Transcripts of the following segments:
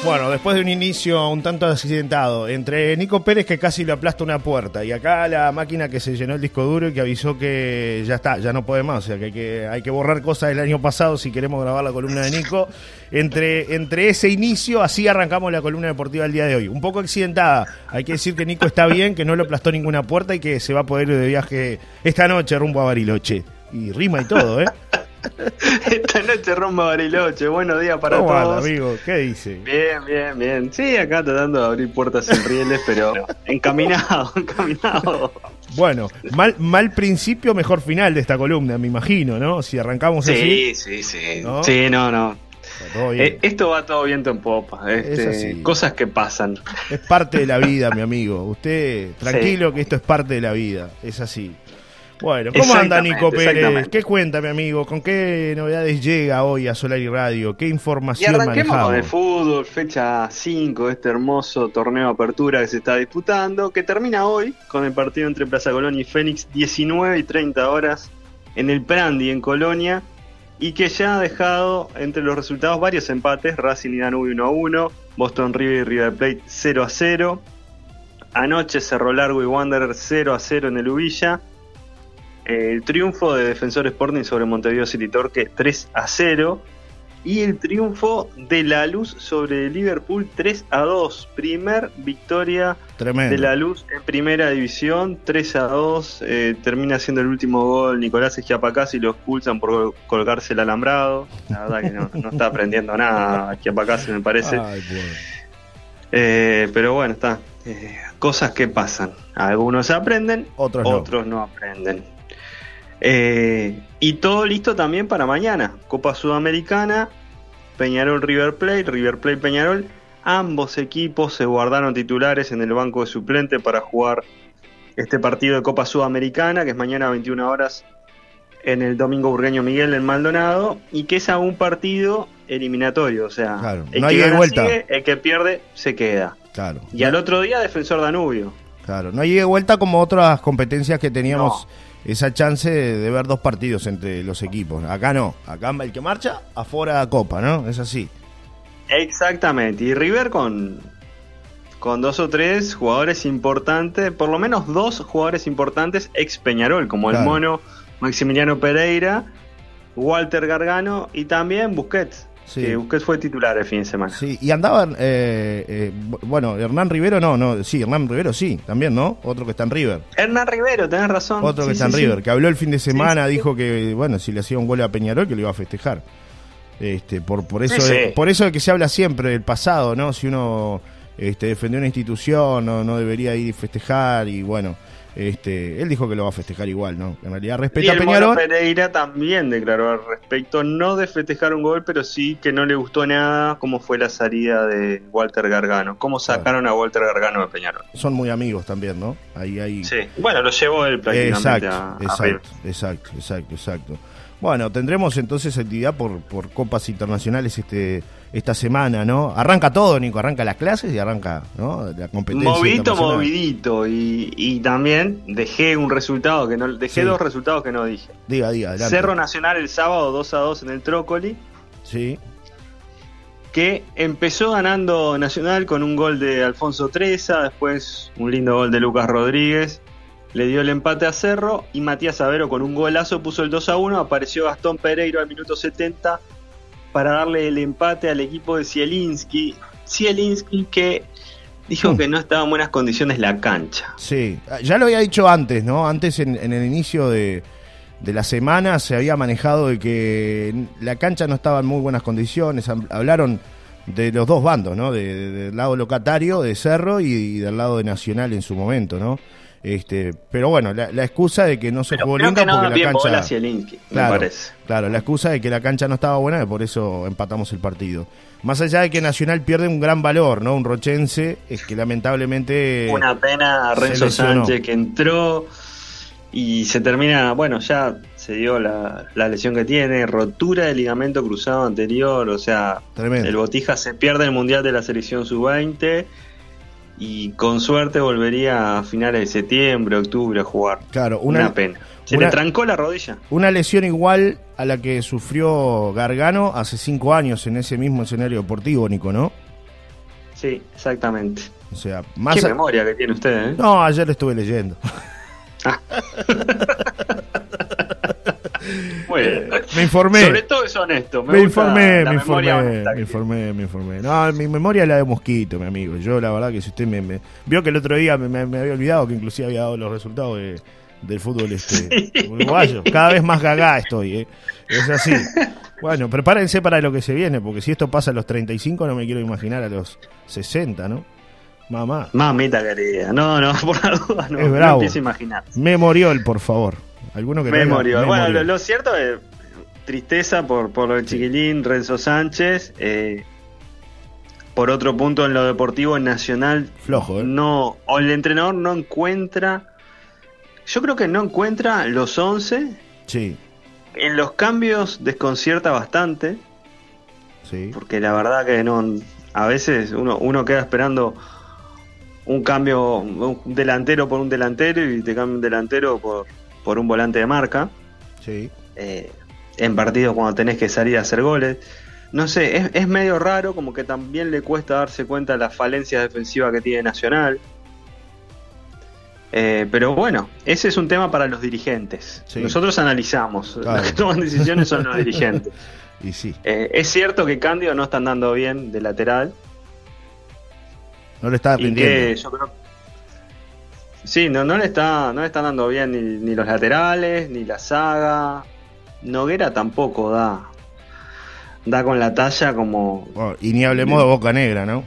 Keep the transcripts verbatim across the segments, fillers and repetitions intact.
Bueno, después de un inicio un tanto accidentado, entre Nico Pérez que casi le aplasta una puerta y acá la máquina que se llenó el disco duro y que avisó que ya está, ya no puede más, o sea que hay que, hay que borrar cosas del año pasado si queremos grabar la columna de Nico. Entre, entre ese inicio, así arrancamos la columna deportiva del día de hoy. Un poco accidentada, hay que decir que Nico está bien, que no le aplastó ninguna puerta y que se va a poder ir de viaje esta noche rumbo a Bariloche. Y rima y todo, ¿eh? Esta noche rumbo a Bariloche, buenos días para ¿Cómo todos. anda, amigo? ¿Qué dice? Bien, bien, bien. Sí, acá tratando de abrir puertas en rieles, pero encaminado, encaminado. Bueno, mal, mal principio, mejor final de esta columna, me imagino, ¿no? Si arrancamos sí, así. Sí, sí, sí. ¿No? Sí, no, no. Todo bien. Eh, esto va todo viento en popa. Este, Es así. Cosas que pasan. Es parte de la vida, mi amigo. Usted, tranquilo, Sí. que esto es parte de la vida. Es así. Bueno, ¿cómo anda Nico Pérez? ¿Qué cuenta, mi amigo? ¿Con qué novedades llega hoy a Solar y Radio? ¿Qué Y información arranquemos manejamos? con el fútbol, fecha cinco, este hermoso torneo de apertura que se está disputando, que termina hoy con el partido entre Plaza Colonia y Fénix, diecinueve y treinta horas, en el Prandi, en Colonia, y que ya ha dejado entre los resultados varios empates: Racing y Danubio uno a uno, Boston River y River Plate cero a cero, anoche Cerro Largo y Wanderers cero a cero en el Ubilla, el triunfo de Defensor Sporting sobre Montevideo City Torque tres a cero y el triunfo de La Luz sobre Liverpool tres a dos. Primer victoria Tremendo. de La Luz en primera división, tres a dos. Eh, termina siendo el último gol Nicolás Schiapacás y lo expulsan por colgarse el alambrado. La verdad que no, no está aprendiendo nada Schiapacás, me parece. Ay, bueno. Eh, pero bueno, está. Eh, cosas que pasan. Algunos aprenden, Otros no. otros no aprenden. Eh, y todo listo también para mañana. Copa Sudamericana, Peñarol River Plate, River Plate Peñarol. Ambos equipos se guardaron titulares en el banco de suplente para jugar este partido de Copa Sudamericana, que es mañana a veintiuna horas en el Domingo Burgueño Miguel en Maldonado, y que es a un partido eliminatorio. O sea, Claro, el no que hay ida y gana vuelta. sigue, el que pierde se queda. Claro. Y al otro día, Defensor Danubio. Claro, no hay de vuelta como otras competencias que teníamos esa chance de, de ver dos partidos entre los equipos. Acá no, acá el que marcha, afuera Copa, ¿no? Es así. Exactamente, y River con, con dos o tres jugadores importantes, por lo menos dos jugadores importantes ex Peñarol, como Claro. el mono Maximiliano Pereira, Walter Gargano y también Busquets, Sí. que Busquets fue titular el fin de semana. Sí, y andaban, eh, eh, bueno, Hernán Rivero no, no, sí, Hernán Rivero sí, también, ¿no? Otro que está en River. Hernán Rivero, tenés razón. Otro que Sí, está en sí, River, sí. que habló el fin de semana, Sí, sí, dijo que, bueno, si le hacía un gol a Peñarol, que lo iba a festejar. Este, por, por eso, Sí, de, sí. por eso de que se habla siempre del pasado, ¿no? Si uno este, defendió una institución, no, no debería ir y festejar, y bueno, este, él dijo que lo va a festejar igual, ¿no? En realidad Y respeta a el Peñarol. mono Pereira también declaró al respecto, no de festejar un gol, pero sí que no le gustó nada cómo fue la salida de Walter Gargano, cómo sacaron a Walter Gargano de Peñarol. Son muy amigos también, ¿no? Ahí, ahí. Sí, bueno, lo llevó él prácticamente Exacto, a, a exacto, River. exacto, exacto, exacto. Bueno, tendremos entonces actividad por, por copas internacionales este esta semana, ¿no? Arranca todo, Nico, arranca las clases y arranca, ¿no? La competencia Movidito, internacional. movidito, y, y también dejé un resultado que no dejé Sí. dos resultados que no dije. Diga, diga, adelante. Cerro Nacional el sábado dos a dos en el Trócoli, Sí, que empezó ganando Nacional con un gol de Alfonso Treza, después un lindo gol de Lucas Rodríguez, le dio el empate a Cerro, y Matías Avero con un golazo puso el dos a uno. Apareció Gastón Pereiro al minuto setenta para darle el empate al equipo de Zielinski. Zielinski que dijo Mm. que no estaba en buenas condiciones la cancha. sí. Ya lo había dicho antes, ¿no? Antes en, en el inicio de, de la semana se había manejado de que la cancha no estaba en muy buenas condiciones. Hablaron de los dos bandos, ¿no? De, de- del lado locatario, de Cerro, y, y del lado de Nacional en su momento, ¿no? Este, pero bueno, la, la excusa de que no se Pero jugó creo linda que no porque da la bien bola cancha... a Zielinski, Claro, me parece. claro, la excusa de que la cancha no estaba buena y por eso empatamos el partido. Más allá de que Nacional pierde un gran valor, ¿no? Un rochense, es que lamentablemente... Una pena a se Renzo lesionó. Sánchez que entró y se termina, bueno, ya se dio la, la lesión que tiene, rotura del ligamento cruzado anterior, o sea, Tremendo. el Botija se pierde el Mundial de la Selección sub veinte y con suerte volvería a finales de septiembre, octubre a jugar. Claro, Una, una, pena. Se una- le trancó la rodilla. una lesión igual a la que sufrió Gargano hace cinco años en ese mismo escenario deportivo, Nico, ¿no? Sí, exactamente. O sea, más... Qué a... memoria que tiene usted, ¿eh? No, ayer estuve leyendo. Ah. Muy bien. Me informé. Sobre todo es honesto. Me, me informé, me informé, me informé, me informé. No, mi memoria es la de Mosquito, mi amigo. Yo, la verdad, que si usted me, me... vio que el otro día me, me, me había olvidado que inclusive había dado los resultados de, del fútbol este sí. uruguayo. Cada vez más gagá estoy, ¿eh? Es así. Bueno, prepárense para lo que se viene, porque si esto pasa a los treinta y cinco, no me quiero imaginar a los sesenta, ¿no? Mamá. Mamita querida. No, no, por la duda no. Es bravo. No empiezo a imaginar. Memorial, por favor. ¿Alguno que Memorial. Bueno, lo, lo cierto es tristeza por, por lo del chiquilín Renzo Sánchez. Eh, por otro punto, en lo deportivo, en Nacional. Flojo, ¿eh? No, o el entrenador no encuentra. Yo creo que no encuentra los once. Sí. En los cambios desconcierta bastante. Sí. Porque la verdad que no. A veces uno, uno queda esperando un cambio, un delantero por un delantero y te cambia un delantero por, por un volante de marca. Sí. Eh, en partidos cuando tenés que salir a hacer goles. No sé, es, es medio raro, como que también le cuesta darse cuenta de las falencias defensivas que tiene Nacional. Eh, pero bueno, ese es un tema para los dirigentes. Sí. Nosotros analizamos, claro. Los que toman decisiones son los dirigentes. Y sí. Eh, es cierto que Cándido no está andando bien de lateral. No le está rindiendo. Yo creo... Sí, no, no le está, no le están dando bien ni, ni los laterales, ni la saga. Noguera tampoco da, da con la talla como. Oh, y ni hablemos de Boca Negra, ¿no?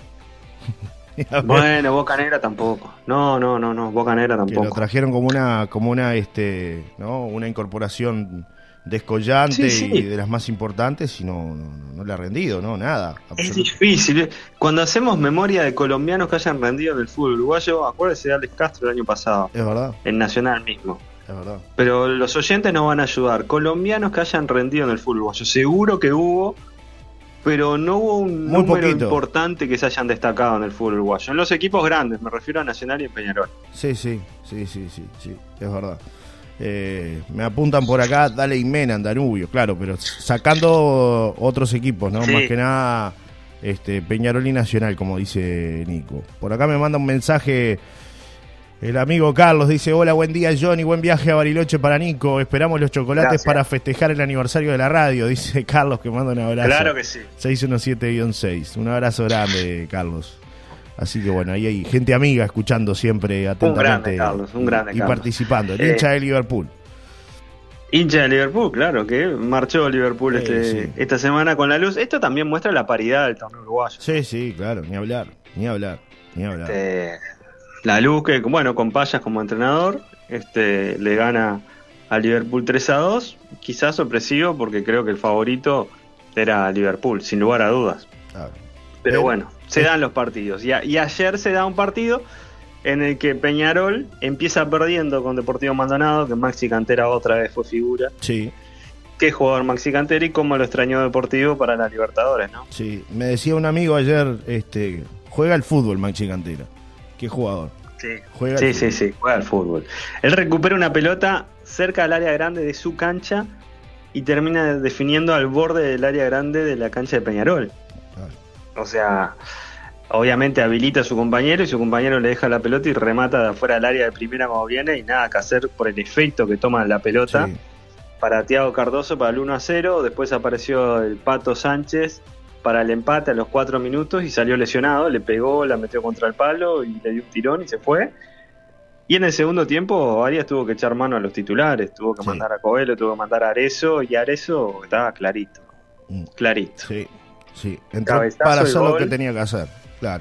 Bueno, Boca Negra tampoco. No, no, no, no, Boca Negra tampoco. Que lo trajeron como una, como una, este, ¿no? Una incorporación descollante, sí, sí. Y de las más importantes, y no, no, no le ha rendido, no, nada. Es difícil. Cuando hacemos memoria de colombianos que hayan rendido en el fútbol uruguayo, acuérdese de Alex Castro el año pasado. Es verdad. En Nacional mismo. Es verdad. Pero los oyentes nos van a ayudar. Colombianos que hayan rendido en el fútbol uruguayo. Seguro que hubo, pero no hubo un Muy número poquito. importante que se hayan destacado en el fútbol uruguayo. En los equipos grandes, me refiero a Nacional y en Peñarol. Sí, sí, sí, sí, sí, sí, es verdad. Eh, me apuntan por acá, dale Imena en Danubio, claro, pero sacando otros equipos, ¿no? Sí. Más que nada este, Peñarol y Nacional, como dice Nico. Por acá me manda un mensaje el amigo Carlos, dice: hola, buen día Johnny, buen viaje a Bariloche para Nico, esperamos los chocolates Gracias. Para festejar el aniversario de la radio, dice Carlos, que manda un abrazo. Claro que sí. seis uno siete guion seis, un abrazo grande, Carlos. Así que bueno, ahí hay gente amiga escuchando siempre atentamente. Un grande, Carlos, un grande, y, y Carlos. participando. El eh, hincha de Liverpool. Hincha de Liverpool, claro, que marchó Liverpool eh, este, sí. esta semana con la luz. Esto también muestra la paridad del torneo uruguayo. Sí, sí, claro, ni hablar, ni hablar, ni hablar. Este, la luz que, bueno, con Payas como entrenador, este, le gana a Liverpool tres a dos. Quizás sorpresivo porque creo que el favorito era Liverpool, sin lugar a dudas. Claro. Pero bueno, se dan los partidos. Y, a, y ayer se da un partido en el que Peñarol empieza perdiendo con Deportivo Maldonado, que Maxi Cantera otra vez fue figura. Sí. Qué jugador Maxi Cantera y cómo lo extrañó Deportivo para la Libertadores, ¿no? Sí, me decía un amigo ayer, este, juega al fútbol Maxi Cantera. Qué jugador. Sí, juega sí, sí, sí, juega al fútbol. Él recupera una pelota cerca del área grande de su cancha y termina definiendo al borde del área grande de la cancha de Peñarol. O sea, obviamente habilita a su compañero y su compañero le deja la pelota y remata de afuera del área de primera como viene y nada que hacer por el efecto que toma la pelota. Sí. Para Thiago Cardoso para el uno a cero, después apareció el Pato Sánchez para el empate a los cuatro minutos y salió lesionado, le pegó, la metió contra el palo y le dio un tirón y se fue. Y en el segundo tiempo Arias tuvo que echar mano a los titulares, tuvo que sí. mandar a Coelho, tuvo que mandar a Arezzo y Arezzo estaba clarito, mm. clarito. Sí. Sí, entró para hacer lo que tenía que hacer, claro.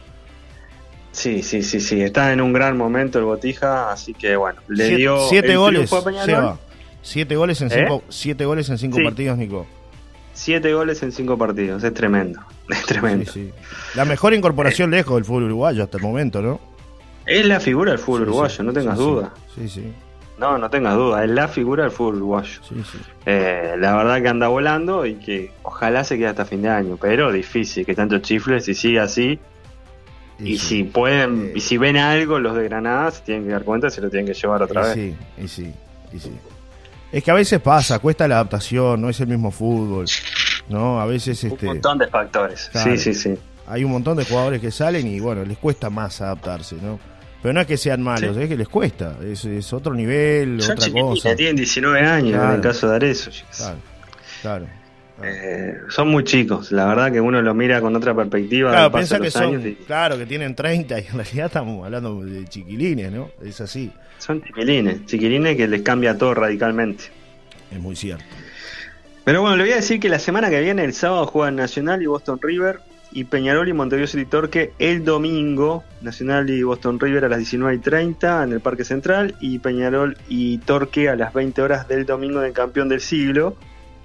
Sí, sí, sí, sí, está en un gran momento el Botija, así que bueno, le siete, dio siete el goles, triunfo a Peñarol. Siete goles en cinco, ¿Eh? siete goles en cinco sí. partidos, Nico. Siete goles en cinco partidos, es tremendo, es tremendo. Sí, sí. La mejor incorporación eh. lejos del fútbol uruguayo hasta el momento, ¿no? Es la figura del fútbol sí, uruguayo, sí, no tengas sí, duda. Sí, sí. No, no tengas duda, es la figura del fútbol uruguayo. Sí, sí. Eh, la verdad que anda volando y que ojalá se quede hasta fin de año, pero difícil que tanto chifle si sigue así. Y, y sí. si pueden, eh, y si ven algo los de Granada, se tienen que dar cuenta, se lo tienen que llevar otra y vez. Sí, y sí, y sí. Es que a veces pasa, cuesta la adaptación, no es el mismo fútbol, ¿no? A veces este. Un montón de factores. Claro. Sí, sí, sí. hay un montón de jugadores que salen y bueno, les cuesta más adaptarse, ¿no? Pero no es que sean malos, sí. Es que les cuesta, es, es otro nivel, Son otra cosa. Tienen diecinueve años, claro. En el caso de Arezzo. Claro, claro. Eh, son muy chicos, la verdad que uno lo mira con otra perspectiva. Claro, piensa que son, y... claro, que tienen treinta y en realidad estamos hablando de chiquilines, ¿no? Es así. Son chiquilines, chiquilines que les cambia todo radicalmente. Es muy cierto. Pero bueno, le voy a decir que la semana que viene, el sábado, juegan Nacional y Boston River, y Peñarol y Montevideo City Torque el domingo. Nacional y Boston River a las diecinueve y treinta en el Parque Central, y Peñarol y Torque a las veinte horas del domingo del campeón del siglo.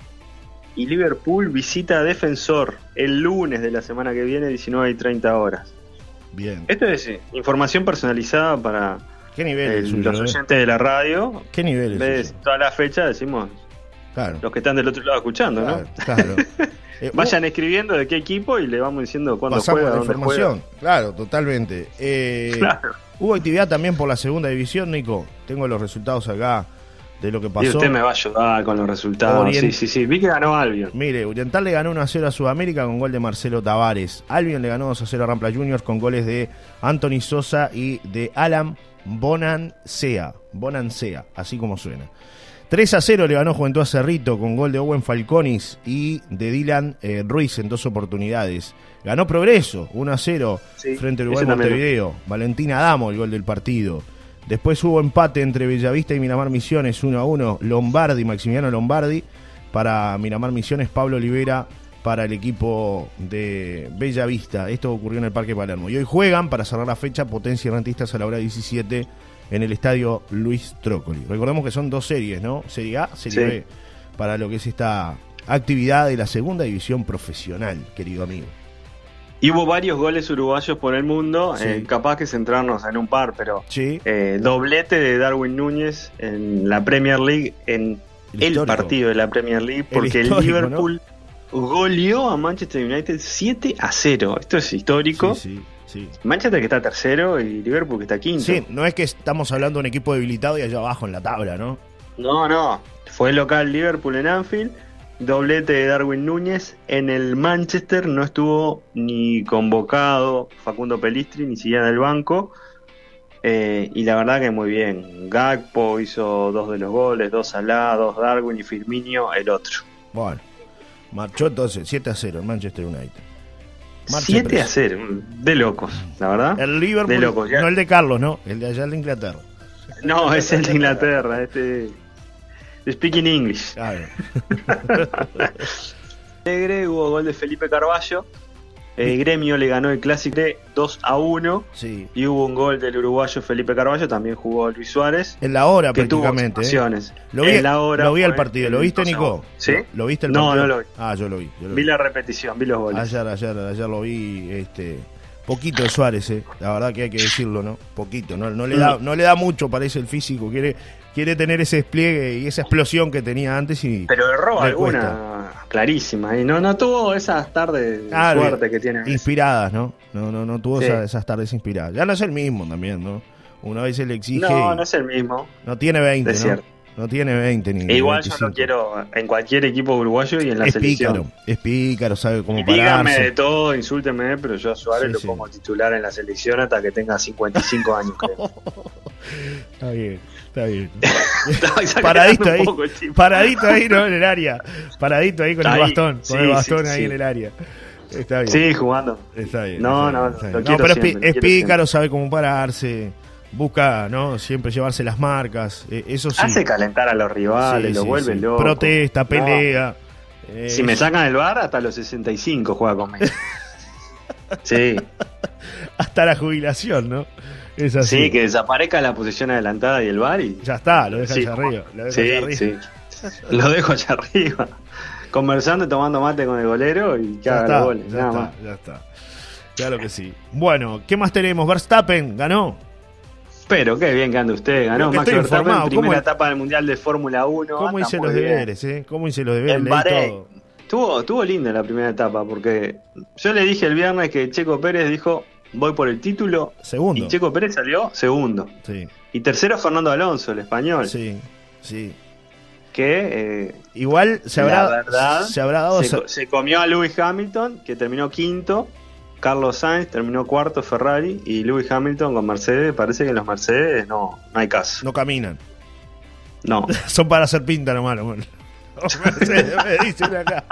Y Liverpool visita a Defensor el lunes de la semana que viene, diecinueve y treinta horas. Bien. Esto es eh, información personalizada para ¿Qué nivel el, es suyo, los oyentes de la radio. ¿Qué nivel es? Ves, toda la fecha decimos, claro, los que están del otro lado escuchando, claro, ¿no? Claro. Eh, Vayan escribiendo de qué equipo y le vamos diciendo cuándo pasamos juega, la dónde información. juega. Claro, totalmente. Eh, claro. Hubo actividad también por la segunda división, Nico. Tengo los resultados acá de lo que pasó. Y usted me va a ayudar con los resultados. Orient... Sí, sí, sí. Vi que ganó Albion. Mire, Oriental le ganó uno a cero a Sudamérica con gol de Marcelo Tavares. Albion le ganó dos a cero a Rampla Juniors con goles de Anthony Sosa y de Alan Bonansea. Bonansea, así como suena. tres a cero le ganó Juventud a Cerrito con gol de Owen Falconis y de Dylan eh, Ruiz en dos oportunidades. Ganó Progreso uno a cero sí, frente a Uruguay Montevideo. Valentín Adamo el gol del partido. Después hubo empate entre Bellavista y Miramar Misiones uno a uno. Lombardi, Maximiliano Lombardi para Miramar Misiones, Pablo Olivera para el equipo de Bellavista. Esto ocurrió en el Parque Palermo. Y hoy juegan para cerrar la fecha Potencia y Rentistas a la hora diecisiete en el estadio Luis Trócoli. Recordemos que son dos series, ¿no? Serie A, Serie sí. B, para lo que es esta actividad de la segunda división profesional, querido amigo. Y hubo varios goles uruguayos por el mundo, sí. eh, capaz que centrarnos en un par, pero sí. eh, doblete de Darwin Núñez en la Premier League, en el, el partido de la Premier League, porque el, el Liverpool ¿no? goleó a Manchester United siete a cero. Esto es histórico. Sí, sí. Sí. Manchester que está tercero y Liverpool que está quinto. Sí, no es que estamos hablando de un equipo debilitado y allá abajo en la tabla, ¿no? No, no. Fue local Liverpool en Anfield. Doblete de Darwin Núñez. En el Manchester no estuvo ni convocado Facundo Pelistri, ni siquiera del banco. Eh, y la verdad que muy bien. Gakpo hizo dos de los goles, dos Salah, dos Darwin y Firmino el otro. Bueno, marchó entonces siete a cero el Manchester United. siete a cero, de locos, la verdad. El Liverpool, de locos, no el de Carlos, ¿no? El de allá, el de Inglaterra. No, es el de Inglaterra, este... Speaking English. Claro. Alegre, hubo gol de Felipe Carballo. El Gremio le ganó el Clásico de dos a uno. Sí. Y hubo un gol del uruguayo Felipe Carballo. También jugó Luis Suárez. En la hora que prácticamente. Tuvo ¿eh? Lo vi, en la hora lo vi al partido. ¿Lo viste, Nico? ¿Sí? ¿Lo viste el no, partido? No, no lo vi. Ah, yo lo vi. Yo lo vi vi la repetición, vi los goles. Ayer, ayer, ayer lo vi. Este, poquito de Suárez, ¿eh? La verdad que hay que decirlo, ¿no? Poquito. No, no, le, da, no le da mucho, parece el físico. Quiere... Quiere tener ese despliegue y esa explosión que tenía antes y pero erró alguna cuesta. Clarísima y no no tuvo esas tardes ah, de suerte que tiene inspiradas, ¿no? No no no tuvo sí. esas, esas tardes inspiradas. Ya no es el mismo también, ¿no? Una vez se le exige no no es el mismo. No tiene veinte, es ¿no? Cierto. No tiene veinte ni e igual veinticinco. Yo lo quiero en cualquier equipo uruguayo y en la es selección. Pícaro, es pícaro, sabe cómo y pararse. Dígame de todo, insúlteme, pero yo a Suárez sí, lo sí. pongo titular en la selección hasta que tenga cincuenta y cinco años, creo. Está bien, está bien. paradito ahí, paradito ahí, ¿no? En el área. Paradito ahí con ahí, el bastón, sí, con el bastón sí, ahí sí. en el área. Está bien. Sí, jugando. Está bien. No, está no, bien, está lo bien. quiero no, pero siempre, es, lo es pícaro, sabe cómo pararse. Busca, ¿no? Siempre llevarse las marcas. Eh, eso sí. Hace calentar a los rivales, sí, lo sí, vuelve sí. loco. Protesta, pelea. No. Eh, si me sacan el bar, hasta los sesenta y cinco juega conmigo. Sí. Hasta la jubilación, ¿no? Es así. Sí, que desaparezca la posición adelantada y el bar y... Ya está, lo deja sí, allá arriba. Lo deja sí, allá arriba. sí. Lo dejo allá arriba. Conversando y tomando mate con el golero y que ya haga está, los goles. Ya nada está, más. ya está. Claro que sí. Bueno, ¿qué más tenemos? Verstappen ganó. Pero qué bien que anda usted, ganó Max Verstappen, primera ¿Cómo, etapa del Mundial de Fórmula uno. ¿Cómo hice los deberes, eh? ¿Cómo hice los deberes? En Bahrein. Tuvo, tuvo linda la primera etapa, porque yo le dije el viernes que Checo Pérez dijo, voy por el título. Segundo. Y Checo Pérez salió segundo. Sí. Y tercero Fernando Alonso, el español. Sí, sí. Que eh, igual se habrá, la verdad, se habrá dado... Se, se comió a Lewis Hamilton, que terminó quinto. Carlos Sainz terminó cuarto, Ferrari, y Lewis Hamilton con Mercedes. Parece que en los Mercedes no, no hay caso. No caminan. No. Son para hacer pinta nomás, bueno. Mercedes, me dicen acá.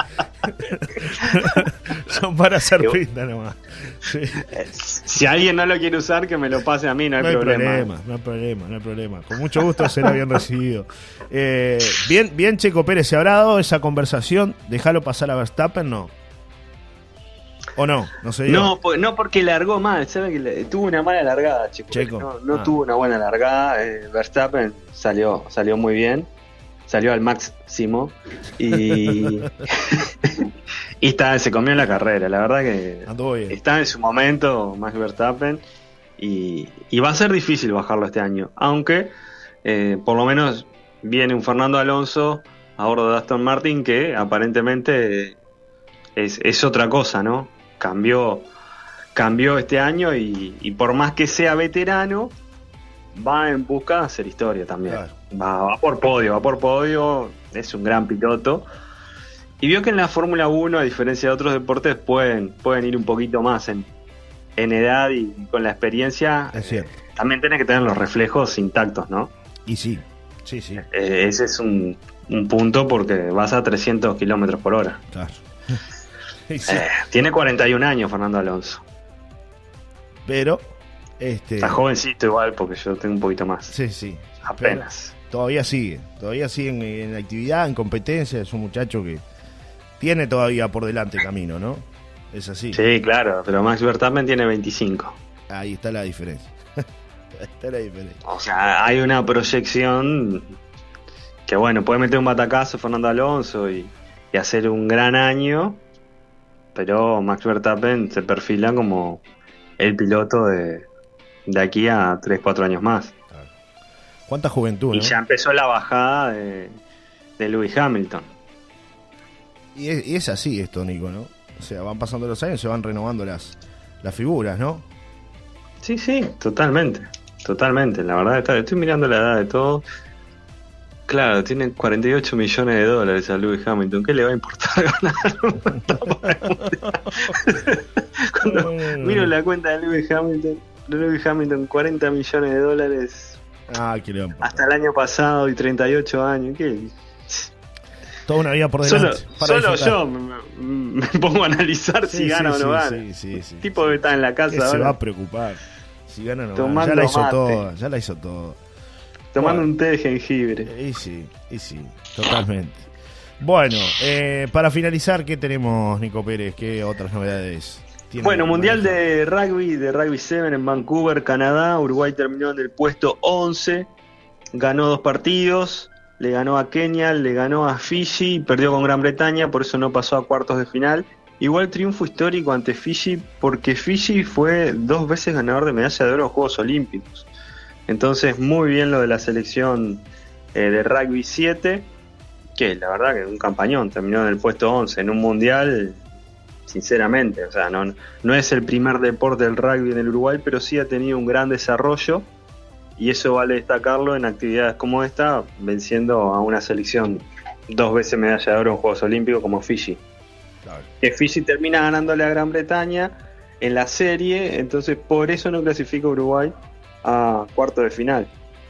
Son para hacer pinta nomás. Sí. Si alguien no lo quiere usar, que me lo pase a mí, no hay, no hay problema. problema. No hay problema, no hay problema. Con mucho gusto será bien recibido. Eh, bien, bien, Checo Pérez, ¿se habrá dado esa conversación? ¿Déjalo pasar a Verstappen? No. ¿O no? No sé. No, pues, no, porque largó mal. ¿Sabe que le, tuvo una mala largada, Checo? Checo. No, no ah. tuvo una buena largada. Eh, Verstappen salió, salió muy bien. Salió al máximo. Y. y está, se comió en la carrera. La verdad que está en su momento, Max Verstappen. Y, y va a ser difícil bajarlo este año. Aunque, eh, por lo menos, viene un Fernando Alonso a bordo de Aston Martin que aparentemente es, es otra cosa, ¿no? Cambió, cambió este año y, y por más que sea veterano, va en busca de hacer historia también. Claro. Va, va por podio, va por podio, es un gran piloto. Y vio que en la Fórmula uno, a diferencia de otros deportes, pueden, pueden ir un poquito más en, en edad y con la experiencia. Es cierto. Eh, también tiene que tener los reflejos intactos, ¿no? Y sí, sí, sí. Eh, ese es un, un punto porque vas a trescientos kilómetros por hora. Claro. Sí. Eh, tiene cuarenta y un años Fernando Alonso. Pero este está jovencito igual, porque yo tengo un poquito más. Sí, sí. Apenas. Pero todavía sigue. Todavía sigue en, en actividad, en competencia. Es un muchacho que tiene todavía por delante camino, ¿no? Es así. Sí, claro. Pero Max Verstappen tiene veinticinco. Ahí está la diferencia. Ahí está la diferencia. O sea, hay una proyección que, bueno, puede meter un batacazo Fernando Alonso y, y hacer un gran año. Pero Max Verstappen se perfila como el piloto de, de aquí a tres cuatro años más. ¿Cuánta juventud? Y ¿no? ya empezó la bajada de, de Lewis Hamilton. Y es, y es así esto, Nico, ¿no? O sea, van pasando los años, se van renovando las, las figuras, ¿no? Sí, sí, totalmente. Totalmente. La verdad, está, estoy mirando la edad de todo. Claro, tienen cuarenta y ocho millones de dólares a Lewis Hamilton. ¿Qué le va a importar ganar? Cuando miro la cuenta de Lewis Hamilton, Lewis Hamilton, cuarenta millones de dólares. Ah, ¿qué le va a importar? Hasta el año pasado y treinta y ocho años. ¿Qué? Toda una vida por delante. Solo, solo yo me, me pongo a analizar sí, si sí, gana sí, o no sí, gana. Sí, sí, sí, el tipo sí. que está en la casa. ¿Qué ahora? Se va a preocupar. Si gana o no Tomando gana. Ya la hizo mate. toda. Ya la hizo todo. Tomando bueno, un té de jengibre. Y sí, y sí, totalmente. Bueno, eh, para finalizar, ¿qué tenemos, Nico Pérez? ¿Qué otras novedades? Bueno, Mundial de Rugby, de Rugby siete en Vancouver, Canadá. Uruguay terminó en el puesto once. Ganó dos partidos. Le ganó a Kenia, le ganó a Fiji y perdió con Gran Bretaña, por eso no pasó a cuartos de final. Igual triunfo histórico ante Fiji, porque Fiji fue dos veces ganador de medalla de oro en los Juegos Olímpicos. Entonces, muy bien lo de la selección eh, de Rugby siete, que la verdad que un campañón, terminó en el puesto once en un mundial, sinceramente. O sea, no, no es el primer deporte del rugby en el Uruguay, pero sí ha tenido un gran desarrollo. Y eso vale destacarlo en actividades como esta, venciendo a una selección dos veces medalla de oro en Juegos Olímpicos como Fiji. Claro. Que Fiji termina ganándole a Gran Bretaña en la serie, entonces por eso no clasifica Uruguay a cuarto de final.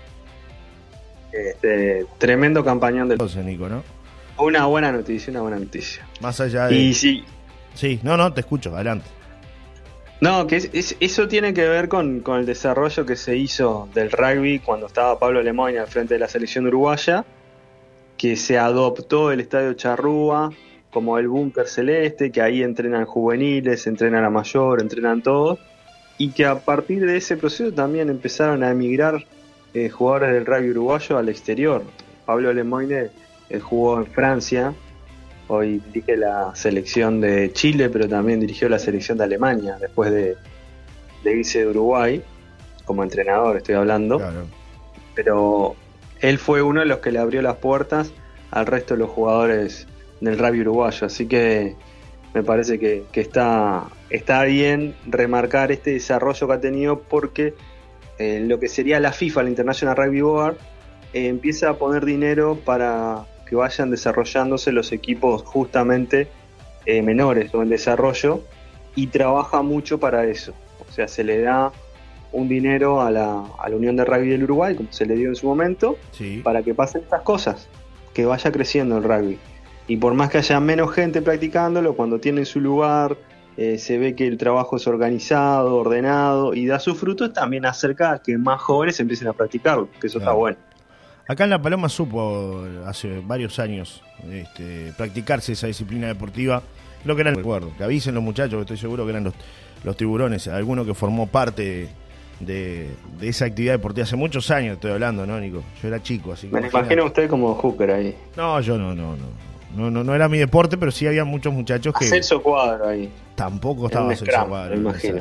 Este, tremendo campañón del... Entonces, Nico, ¿no? Una buena noticia, una buena noticia. Más allá de... Y sí. Sí, no, no, te escucho, adelante. No, que es, es, eso tiene que ver con, con el desarrollo que se hizo del rugby cuando estaba Pablo Lemoyne al frente de la selección uruguaya, que se adoptó el Estadio Charrúa como el búnker celeste, que ahí entrenan juveniles, entrenan a mayor, entrenan todos, y que a partir de ese proceso también empezaron a emigrar eh, jugadores del rugby uruguayo al exterior. Pablo Lemoyne eh, jugó en Francia. Hoy dirige la selección de Chile, pero también dirigió la selección de Alemania, después de, de irse de Uruguay, como entrenador estoy hablando. Claro. Pero él fue uno de los que le abrió las puertas al resto de los jugadores del rugby uruguayo, así que me parece que, que está, está bien remarcar este desarrollo que ha tenido, porque eh, lo que sería la FIFA, la International Rugby Board, eh, empieza a poner dinero para que vayan desarrollándose los equipos justamente eh, menores o en desarrollo, y trabaja mucho para eso. O sea, se le da un dinero a la, a la Unión de Rugby del Uruguay, como se le dio en su momento, sí, para que pasen estas cosas, que vaya creciendo el rugby. Y por más que haya menos gente practicándolo, cuando tiene su lugar, eh, se ve que el trabajo es organizado, ordenado y da sus frutos, también acerca a que más jóvenes empiecen a practicarlo, que eso claro. está bueno. Acá en La Paloma supo hace varios años este, practicarse esa disciplina deportiva. Lo que eran, recuerdo, que avisen los muchachos, que estoy seguro que eran los, los tiburones, alguno que formó parte de, de esa actividad deportiva hace muchos años, estoy hablando, ¿no, Nico? Yo era chico, así que... Me imagino a usted como hooker ahí. No, yo no, no, no. No, no, no era mi deporte, pero sí había muchos muchachos que... Celso Cuadro ahí. Tampoco estaba Celso Cuadro. Me imagino.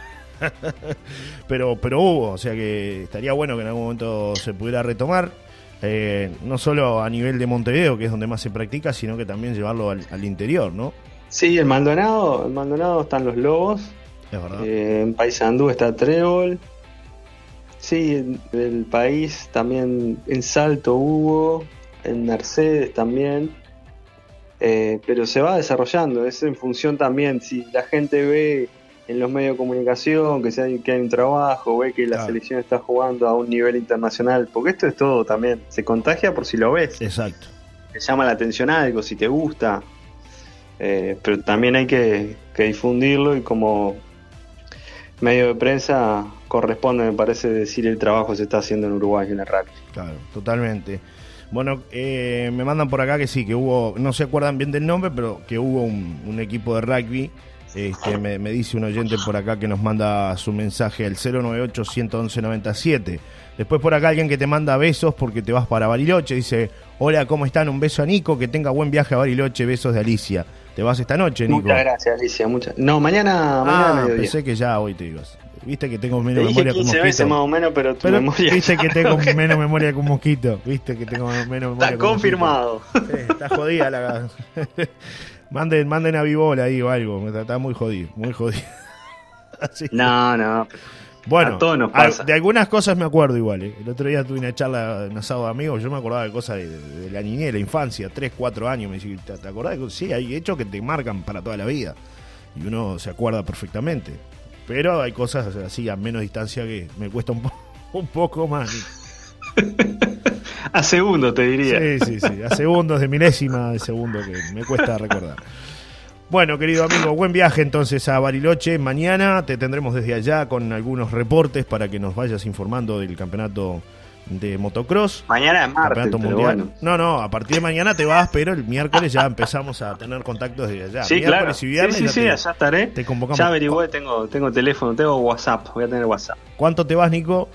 pero, pero hubo, o sea que estaría bueno que en algún momento se pudiera retomar. Eh, no solo a nivel de Montevideo, que es donde más se practica, sino que también llevarlo al, al interior, ¿no? Sí, en Maldonado, en Maldonado están los Lobos. Es verdad. Eh, en Paysandú está Trébol. Sí, del país también en Salto hubo, en Mercedes también. Eh, pero se va desarrollando, es en función también, si la gente ve en los medios de comunicación que, se hay, que hay un trabajo, ve que la claro. selección está jugando a un nivel internacional, porque esto es todo también, se contagia por si lo ves. Exacto. Te llama la atención algo, si te gusta, eh, pero también hay que, que difundirlo y como medio de prensa corresponde, me parece, decir el trabajo que se está haciendo en Uruguay en el rugby. Claro, totalmente. Bueno, eh, me mandan por acá que sí, que hubo, no se acuerdan bien del nombre, pero que hubo un, un equipo de rugby. Este, me, me dice un oyente por acá que nos manda su mensaje al cero nueve ocho, uno uno uno, nueve siete. Después por acá alguien que te manda besos porque te vas para Bariloche. Dice, hola, ¿cómo están? Un beso a Nico, que tenga buen viaje a Bariloche, besos de Alicia. ¿Te vas esta noche, Nico? Muchas gracias, Alicia. Muchas... No, mañana, ah, mañana mediodía. Pensé que ya hoy te ibas. Viste que tengo menos te dije memoria que un mosquito. veces más o menos, pero tu pero memoria... Viste que tengo menos memoria que un mosquito. Viste que tengo menos memoria está que un confirmado. Sí, está jodida la... manden, manden a Vibola ahí o algo. Está, está muy jodido, muy jodido. Así. No, no. Bueno, a todos nos pasa. A, de algunas cosas me acuerdo igual. ¿eh? El otro día tuve una charla en asado de amigos. Yo me acordaba de cosas de, de, de la niñez, de la infancia, tres, cuatro años. Me decía, ¿te, te acordás de cosas? Sí, hay hechos que te marcan para toda la vida. Y uno se acuerda perfectamente. Pero hay cosas así a menos distancia que me cuesta un, po- un poco más. A segundos te diría. Sí, sí, sí. A segundos de milésima de segundo que me cuesta recordar. Bueno, querido amigo, buen viaje entonces a Bariloche. Mañana te tendremos desde allá con algunos reportes para que nos vayas informando del campeonato de motocross. Mañana es martes, campeonato pero mundial. bueno. No, no, a partir de mañana te vas, pero el miércoles ya empezamos a tener contactos desde allá. Sí, miércoles claro. y viernes sí, sí, ya sí, te, allá estaré. te convocamos. Ya averigüé, tengo, tengo teléfono, tengo WhatsApp, voy a tener WhatsApp. ¿Cuánto te vas, Nico?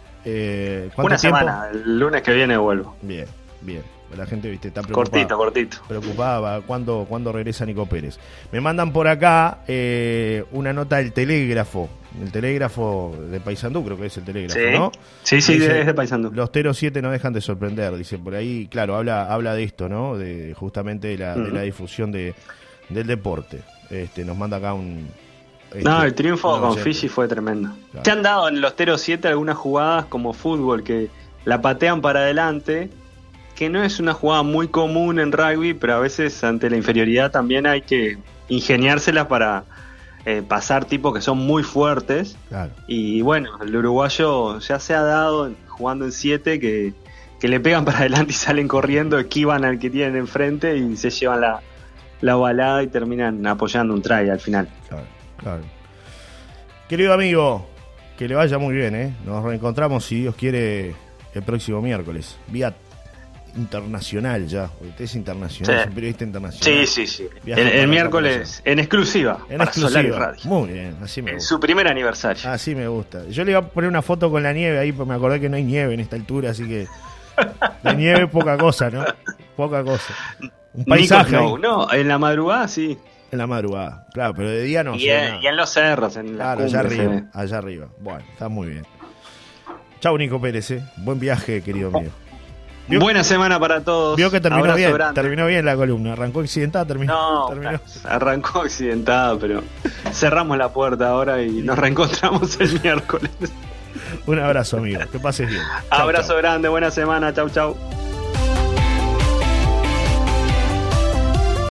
Eh, ¿cuánto Una tiempo? semana, el lunes que viene vuelvo. Bien, bien. La gente, viste, está preocupada. Cortito, cortito. Preocupada, ¿cuándo, ¿cuándo regresa Nico Pérez? Me mandan por acá eh, una nota del Telégrafo. El Telégrafo de Paysandú, creo que es el Telégrafo, Sí, ¿no? sí, sí, Dice, es de Paysandú. Los Tero siete no dejan de sorprender, dice por ahí. Claro, habla habla de esto, ¿no? De justamente de la, uh-huh. de la difusión de, del deporte. Este, nos manda acá un... Este, no, el triunfo no, con Fiji fue tremendo. Claro. Se han dado en los Tero siete algunas jugadas como fútbol que la patean para adelante, que no es una jugada muy común en rugby, pero a veces ante la inferioridad también hay que ingeniárselas para eh, pasar tipos que son muy fuertes. Claro. Y bueno, el uruguayo ya se ha dado jugando en siete que, que le pegan para adelante y salen corriendo, esquivan al que tienen enfrente y se llevan la, la balada y terminan apoyando un try al final. Claro, claro. Querido amigo, que le vaya muy bien, ¿eh? Nos reencontramos, si Dios quiere, el próximo miércoles. Vía internacional ya. Usted es internacional, sí. Es un periodista internacional. Sí, sí, sí. El, el miércoles en exclusiva. En para exclusiva. Solar y Radio. Muy bien, así me en gusta. Su primer aniversario. Así me gusta. Yo le iba a poner una foto con la nieve ahí, porque me acordé que no hay nieve en esta altura, así que la nieve es poca cosa, ¿no? Poca cosa. Un paisaje. Nico, no, no, en la madrugada sí. En la madrugada, claro, pero de día no. Y, en, y en los cerros, en la claro, allá arriba, allá arriba. Bueno, está muy bien. Chau, Nico Pérez, ¿eh? Buen viaje, querido mío. ¿Vio? Buena semana para todos. Vio que terminó Abrazo bien, grande. terminó bien la columna. Arrancó accidentada, terminó. No, terminó. arrancó accidentada, pero cerramos la puerta ahora y nos reencontramos el miércoles. Un abrazo, amigo. Que pases bien. Chau, abrazo chau. grande, buena semana. Chau, chau.